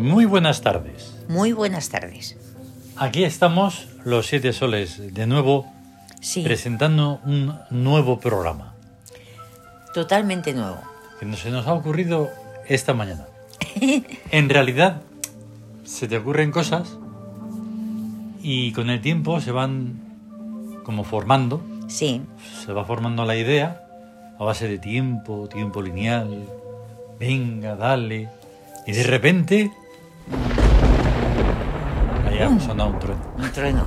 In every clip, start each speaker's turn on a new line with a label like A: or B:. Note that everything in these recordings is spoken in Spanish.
A: Muy buenas tardes.
B: Muy buenas tardes.
A: Aquí estamos los Siete Soles de nuevo,
B: Sí,
A: presentando un nuevo programa
B: totalmente nuevo.
A: que se nos ha ocurrido esta mañana. En realidad, se te ocurren cosas y con el tiempo se van como formando,
B: Sí,
A: se va formando la idea a base de tiempo lineal, venga, dale, y de repente ahí ha sonado un trueno.
B: un trueno.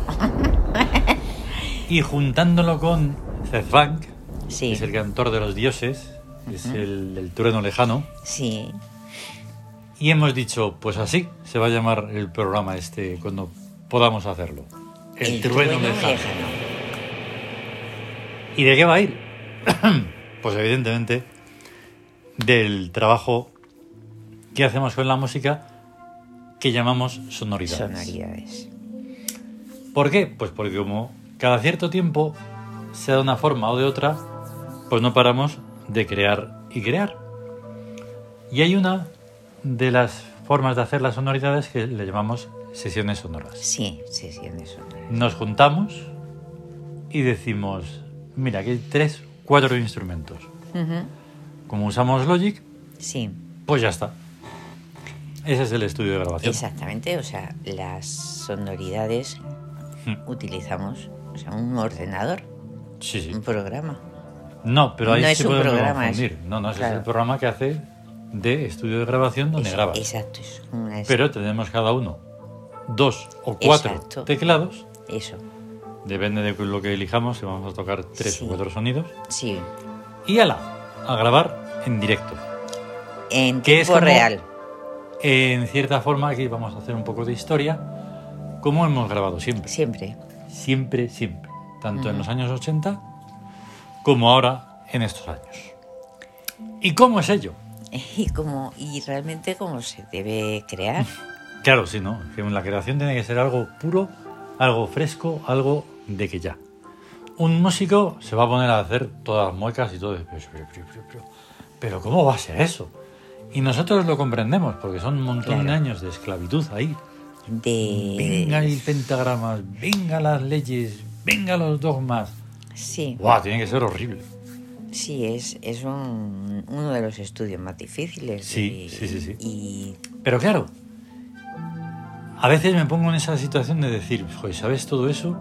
A: Y juntándolo con Cezbank,
B: Sí,
A: que es el cantor de los dioses, es el trueno lejano,
B: sí,
A: y hemos dicho, pues así se va a llamar el programa este cuando podamos hacerlo. El trueno lejano. ¿Y de qué va a ir? Pues evidentemente del trabajo que hacemos con la música que llamamos sonoridades.
B: Sonoridades.
A: ¿Por qué? Pues porque como cada cierto tiempo, sea de una forma o de otra, pues no paramos de crear y crear. Y hay una de las formas de hacer las sonoridades que le llamamos sesiones sonoras.
B: Sí, sesiones sonoras.
A: Nos juntamos y decimos, mira, aquí hay 4 instrumentos.
B: Ujú.
A: Como usamos Logic,
B: Sí,
A: pues ya está. Ese es el estudio de grabación.
B: exactamente. O sea, las sonoridades utilizamos, o sea, un ordenador,
A: Sí, sí.
B: un programa.
A: No, pero ahí
B: No es
A: se
B: un
A: puede
B: programa,
A: confundir. No, ese
B: claro.
A: es el programa que hace de estudio de grabación donde grabas.
B: Exacto, es una
A: Pero tenemos cada uno 2 o 4
B: Exacto.
A: teclados.
B: eso.
A: Depende de lo que elijamos, si vamos a tocar 3
B: Sí.
A: o 4 sonidos.
B: Sí,
A: Y a grabar en directo.
B: en
A: Que es
B: tiempo
A: como-
B: real.
A: En cierta forma, aquí vamos a hacer un poco de historia, como hemos grabado siempre.
B: Siempre.
A: Siempre. Tanto en los años 80 como ahora en estos años. ¿Y cómo es ello?
B: Y realmente como se debe crear.
A: Claro, sí, ¿no? Que la creación tiene que ser algo puro, algo fresco, algo de que ya. Un músico se va a poner a hacer todas las muecas y todo. Pero ¿cómo va a ser eso? Y nosotros lo comprendemos, porque son un montón de
B: Claro.
A: años de esclavitud ahí.
B: De
A: Venga el pentagramas, venga las leyes, venga los dogmas.
B: Sí,
A: ¡Guau! Tiene que ser horrible.
B: sí, es uno de los estudios más difíciles.
A: Sí, sí.
B: Y
A: Pero claro, a veces me pongo en esa situación de decir, joder, ¿sabes todo eso?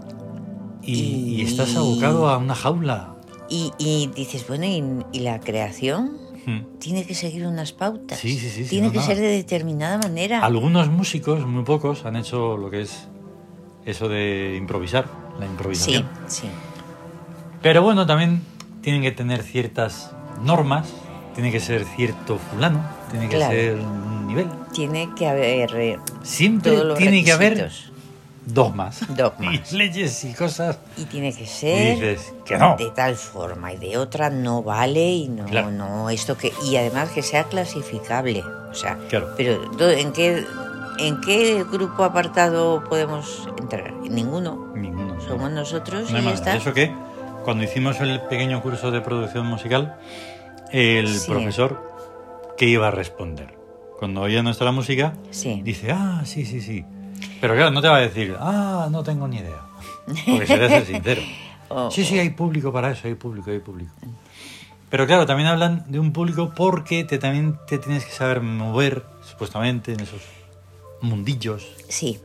A: Y estás abocado a una jaula.
B: y dices, bueno, ¿y la creación?
A: Hmm.
B: Tiene que seguir unas pautas.
A: Sí,
B: Tiene
A: no,
B: que
A: nada.
B: ser de determinada manera.
A: Algunos músicos, muy pocos, han hecho lo que es eso de improvisar, la improvisación.
B: Sí.
A: Pero bueno, también tienen que tener ciertas normas, tiene que ser cierto fulano, tiene que
B: Claro.
A: ser un nivel.
B: Tiene que haber
A: Siempre
B: todos los
A: tiene que haber
B: requisitos.
A: dogmas.
B: Dogmas.
A: Y leyes y cosas.
B: Y tiene que
A: Y
B: ser
A: dices que no.
B: de tal forma y de otra no vale y no,
A: Claro.
B: no, esto que... Y además que sea clasificable. O sea,
A: Claro.
B: pero ¿en qué grupo apartado podemos entrar? En ninguno.
A: Ninguno.
B: Somos nosotros
A: No hay
B: y ya
A: más.
B: está.
A: De eso que cuando hicimos el pequeño curso de producción musical, el
B: Sí.
A: profesor que iba a responder. Cuando oía nuestra música,
B: Sí.
A: dice, sí. Pero claro, no te va a decir, no tengo ni idea. Porque se debe ser sincero. Sí, hay público para eso, hay público. Pero claro, también hablan de un público porque también te tienes que saber mover, supuestamente, en esos mundillos
B: Sí.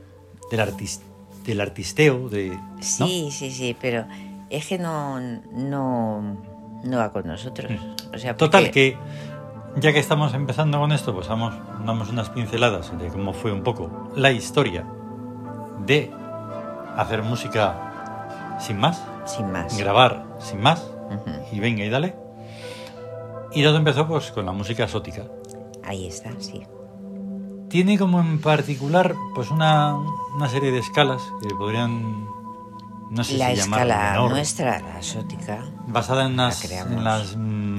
A: del artisteo, ¿no?
B: Sí, pero es que no va con nosotros. O sea,
A: Total,
B: porque-
A: que ya que estamos empezando con esto, pues damos unas pinceladas de cómo fue un poco la historia de hacer música sin más,
B: Sin más.
A: grabar sin más,
B: Ujú.
A: y venga y dale. Y todo empezó pues con la música exótica.
B: Ahí está, sí.
A: Tiene como en particular pues una serie de escalas que podrían, no sé
B: La
A: si llamar
B: escala
A: menor,
B: nuestra, la exótica,
A: basada en
B: la creamos.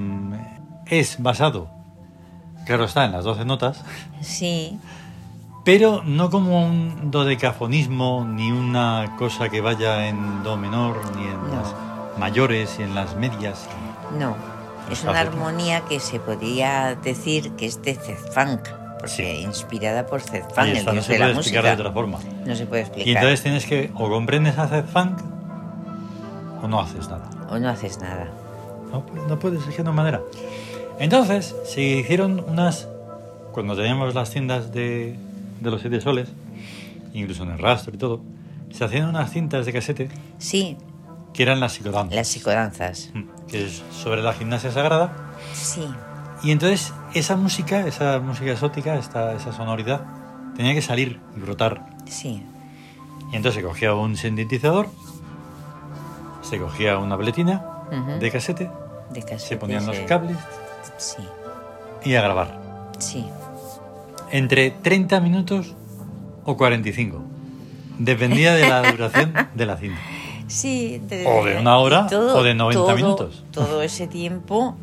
A: es basado, claro está, en las 12 notas,
B: sí,
A: pero no como un dodecafonismo ni una cosa que vaya en do menor ni en
B: No.
A: las mayores y en las medias.
B: no. Es
A: Está
B: una
A: fácil.
B: armonía que se podría decir que es de Cezbank, porque
A: Sí.
B: inspirada por Zed Funk,
A: Ahí
B: el
A: está, no
B: dios
A: se
B: de la
A: puede explicar
B: música.
A: de otra forma.
B: No se puede explicar.
A: Y entonces tienes que, o comprendes a Zed Funk, o no haces nada.
B: O no haces nada.
A: No puedes, es que no hay manera. Entonces, se hicieron unas... Cuando teníamos las tiendas de los 7 soles, incluso en el rastro y todo, se hacían unas cintas de casete
B: Sí,
A: que eran las psicodanzas.
B: las psicodanzas.
A: Que es sobre la gimnasia sagrada.
B: Sí,
A: Y entonces esa música exótica, esa sonoridad, tenía que salir y brotar.
B: sí.
A: Y entonces se cogía un sintetizador, se cogía una pletina
B: Ujú.
A: de casete,
B: De casete,
A: se ponían los
B: sí.
A: cables
B: Sí,
A: y a grabar.
B: sí.
A: Entre 30 minutos o 45. Dependía de la duración de la cinta.
B: Sí,
A: O de una hora,
B: y
A: o de 90 minutos.
B: Todo ese tiempo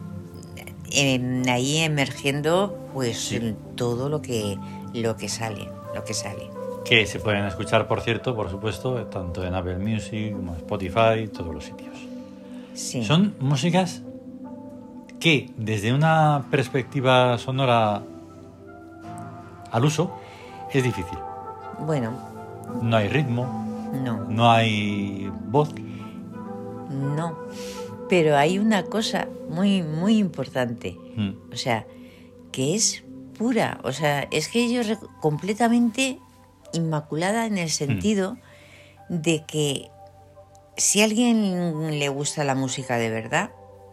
B: ahí emergiendo pues
A: Sí.
B: todo lo que sale.
A: Que se pueden escuchar, por cierto, por supuesto, tanto en Apple Music como en Spotify, todos los sitios.
B: Sí.
A: Son músicas que, desde una perspectiva sonora al uso, es difícil.
B: Bueno,
A: No hay ritmo,
B: no.
A: no hay voz.
B: No, pero hay una cosa muy, muy importante, o sea, que es pura, o sea, es que yo completamente inmaculada en el sentido de que si a alguien le gusta la música de verdad,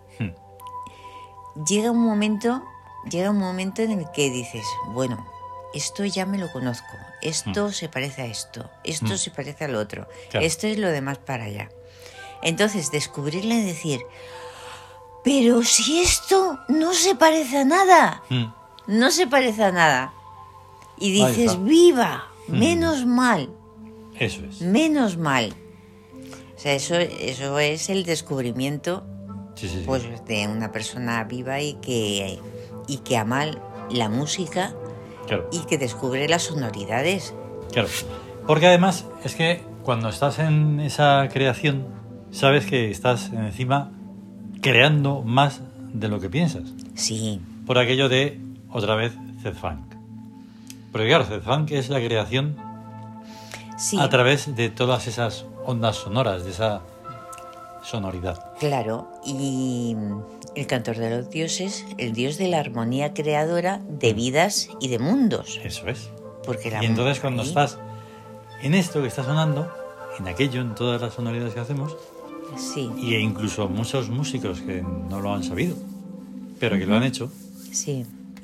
B: llega un momento en el que dices, bueno, esto ya me lo conozco, esto se parece a esto, esto se parece al otro,
A: Claro.
B: esto es lo demás para allá. Entonces, descubrirla y decir, pero si esto no se parece a nada, no se parece a nada. Y
A: Ahí
B: dices,
A: está.
B: viva, menos mal,
A: Eso es.
B: menos mal. O sea, eso es el descubrimiento
A: Sí, sí, sí.
B: pues, de una persona viva y que ama la música
A: Claro.
B: y que descubre las sonoridades.
A: Claro, porque además es que cuando estás en esa creación, sabes que estás encima creando más de lo que piensas.
B: Sí,
A: Por aquello de, otra vez, Zed Funk. Porque claro, Zed Funk es la creación
B: sí.
A: a través de todas esas ondas sonoras, de esa sonoridad.
B: Claro, y el cantor de los dioses, el dios de la armonía creadora de vidas y de mundos.
A: Eso es.
B: Porque
A: Y entonces cuando
B: ahí-
A: estás en esto que está sonando, en aquello, en todas las sonoridades que hacemos,
B: Sí,
A: e incluso muchos músicos que no lo han sabido, pero que lo han hecho,
B: sí,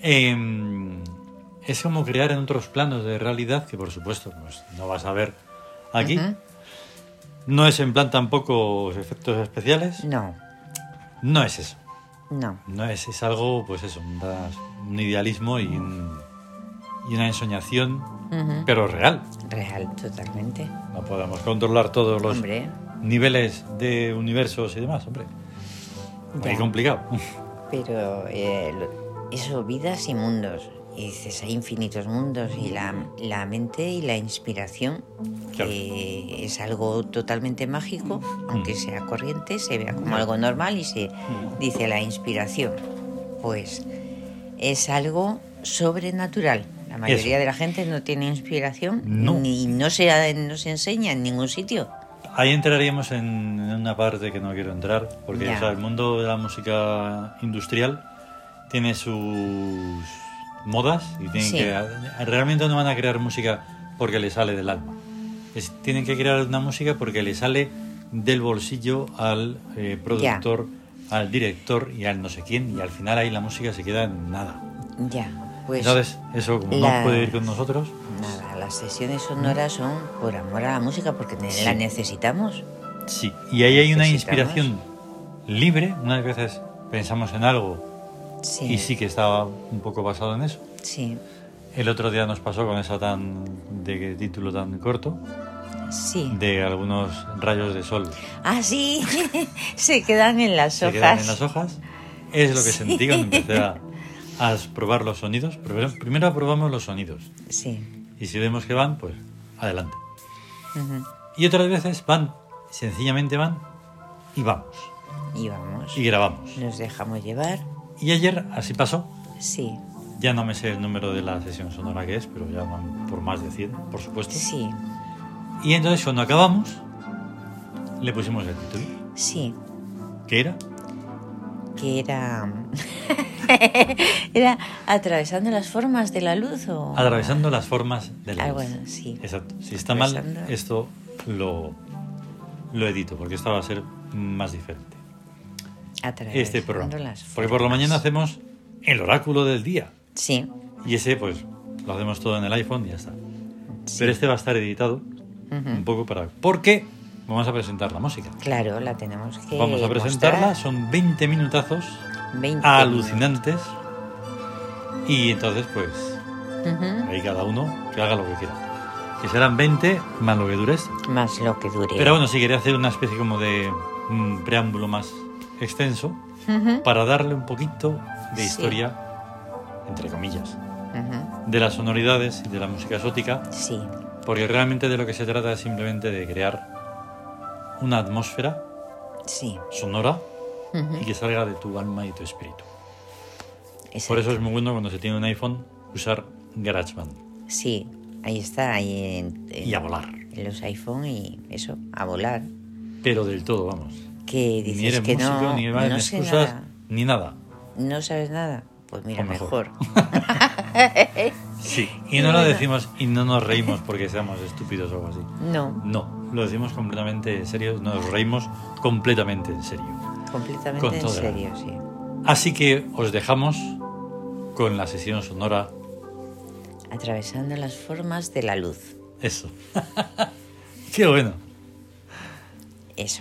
A: es como crear en otros planos de realidad que por supuesto pues, no vas a ver aquí.
B: Ujú.
A: No es en plan tampoco efectos especiales,
B: no,
A: no es eso.
B: no,
A: No es algo, pues eso, un idealismo y una ensoñación,
B: Ujú.
A: pero real.
B: real, totalmente.
A: No podemos controlar todos los
B: Hombre,
A: niveles de universos y demás, hombre. Muy
B: Ya.
A: complicado.
B: pero eso, vidas y mundos. Y dices, hay infinitos mundos y la mente y la inspiración
A: Claro.
B: es algo totalmente mágico, aunque sea corriente, se vea como algo normal y se dice la inspiración. Pues es algo sobrenatural. La mayoría
A: Eso.
B: de la gente no tiene inspiración
A: No.
B: ni no se enseña en ningún sitio.
A: Ahí entraríamos en una parte que no quiero entrar, porque
B: Ya.
A: o sea, el mundo de la música industrial tiene sus modas y tienen
B: Sí.
A: realmente no van a crear música porque le sale del alma. Tienen que crear una música porque le sale del bolsillo al productor, al director y al no sé quién, y al final ahí la música se queda en nada.
B: Ya, pues
A: Entonces, eso como
B: la-
A: no puede ir con nosotros,
B: nada, las sesiones sonoras son por amor a la música porque
A: Sí.
B: la necesitamos.
A: sí. Y ahí hay una
B: Necesitamos.
A: inspiración libre. Unas veces pensamos en algo
B: Sí,
A: y sí que estaba un poco basado en eso.
B: sí,
A: El otro día nos pasó con esa de título tan corto,
B: sí.
A: de algunos rayos de sol
B: Ah, sí, se quedan en las
A: que
B: hojas.
A: quedan en las hojas. Es lo que
B: Sí.
A: sentí cuando empecé a probar los sonidos. Primero probamos los sonidos
B: Sí.
A: y si vemos que van, pues adelante.
B: Ujú.
A: Y otras veces sencillamente van y vamos
B: Y vamos.
A: y grabamos.
B: Nos dejamos llevar.
A: Y ayer así pasó.
B: Sí.
A: Ya no me sé el número de la sesión sonora que es, pero ya van por más de 100, por supuesto.
B: Sí.
A: Y entonces cuando acabamos, le pusimos el título.
B: Sí.
A: ¿Qué era?
B: Que era... ¿Era Atravesando las formas de la luz o...?
A: Atravesando las formas de la luz.
B: Bueno, sí.
A: Exacto. Si está mal, esto lo edito, porque esto va a ser más diferente. Este programa. Porque por la mañana hacemos el oráculo del día.
B: Sí.
A: Y ese, pues, lo hacemos todo en el iPhone y ya está. Sí. Pero este va a estar editado un poco para... Porque vamos a presentar la música.
B: Claro, la tenemos que
A: Vamos a presentarla, mostrar. Son 20 minutazos 20 alucinantes. Y entonces, pues, ahí cada uno que haga lo que quiera. Que serán 20 más lo que dure esto.
B: Más lo que dure.
A: Pero bueno, si quería hacer una especie como de preámbulo más extenso para darle un poquito de historia, entre comillas, de las sonoridades y de la música exótica.
B: Sí.
A: Porque realmente de lo que se trata es simplemente de crear una atmósfera sonora y que salga de tu alma y tu espíritu. Exacto. Por eso es muy bueno cuando se tiene un iPhone usar GarageBand.
B: Sí, ahí está, ahí
A: y a volar.
B: En los iPhone y eso, a volar.
A: Pero del todo, vamos.
B: Que dices
A: ni eres
B: que
A: músico,
B: no,
A: ni
B: no sé
A: excusas,
B: nada.
A: Ni nada.
B: ¿No sabes nada? Pues mira, mejor.
A: Sí, y no lo decimos y no nos reímos porque seamos estúpidos o algo así.
B: No.
A: No, lo decimos completamente en serio, nos reímos completamente en serio.
B: Completamente en serio, sí.
A: Así que os dejamos con la sesión sonora
B: Atravesando las formas de la luz.
A: Eso. Qué bueno.
B: Eso.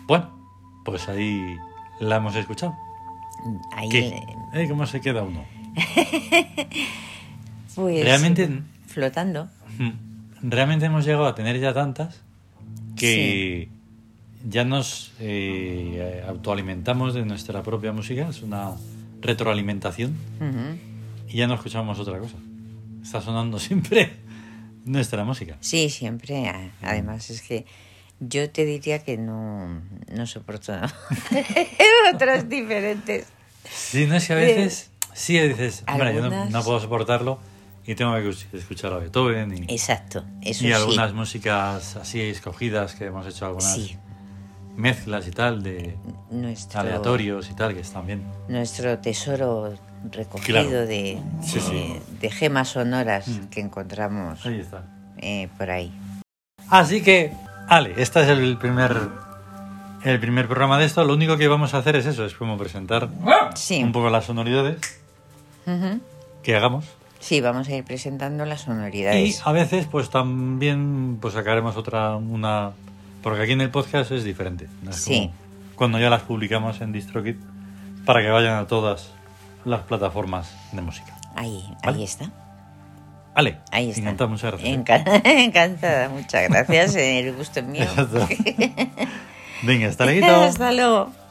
A: Bueno, pues ahí la hemos escuchado.
B: Ahí,
A: ¿Qué? ¿Cómo se queda uno?
B: Pues
A: realmente,
B: flotando.
A: Realmente hemos llegado a tener ya tantas que ya nos autoalimentamos de nuestra propia música. Es una retroalimentación. Y ya no escuchamos otra cosa. Está sonando siempre nuestra música.
B: Sí, siempre. Además es que yo te diría que no soporto otras diferentes.
A: Sí, no es que a veces sí dices, hombre, yo no puedo soportarlo y tengo que escuchar a Beethoven
B: exacto, eso
A: y algunas músicas así escogidas que hemos hecho algunas mezclas y tal de aleatorios y tal que están bien.
B: Nuestro tesoro recogido de gemas sonoras que encontramos
A: ahí está.
B: Por ahí.
A: Así que, Ale, este es el primer programa de esto. Lo único que vamos a hacer es eso, es como presentar un poco las sonoridades que hagamos.
B: Sí, vamos a ir presentando las sonoridades.
A: Y a veces pues también pues sacaremos una... Porque aquí en el podcast es diferente. Es como cuando ya las publicamos en DistroKid para que vayan a todas las plataformas de música.
B: Ahí está.
A: Ale,
B: ahí está.
A: Encantada, muchas gracias.
B: Encantada, muchas gracias. El gusto es mío.
A: Venga, hasta luego.
B: Hasta luego.